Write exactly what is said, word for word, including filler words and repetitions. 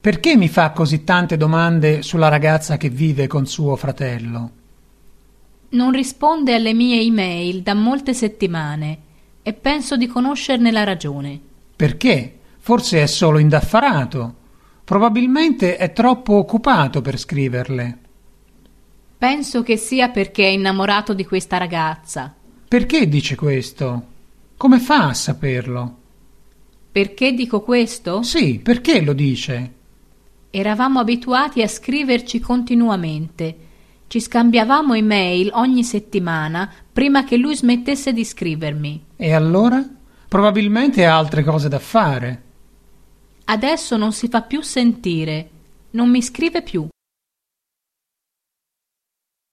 Perché mi fa così tante domande sulla ragazza che vive con suo fratello? Non risponde alle mie email da molte settimane e penso di conoscerne la ragione. Perché? Forse è solo indaffarato. Probabilmente è troppo occupato per scriverle. Penso che sia perché è innamorato di questa ragazza. Perché dice questo? Come fa a saperlo? Perché dico questo? Sì, perché lo dice? Eravamo abituati a scriverci continuamente. Ci scambiavamo email ogni settimana prima che lui smettesse di scrivermi. E allora? Probabilmente ha altre cose da fare. Adesso non si fa più sentire. Non mi scrive più.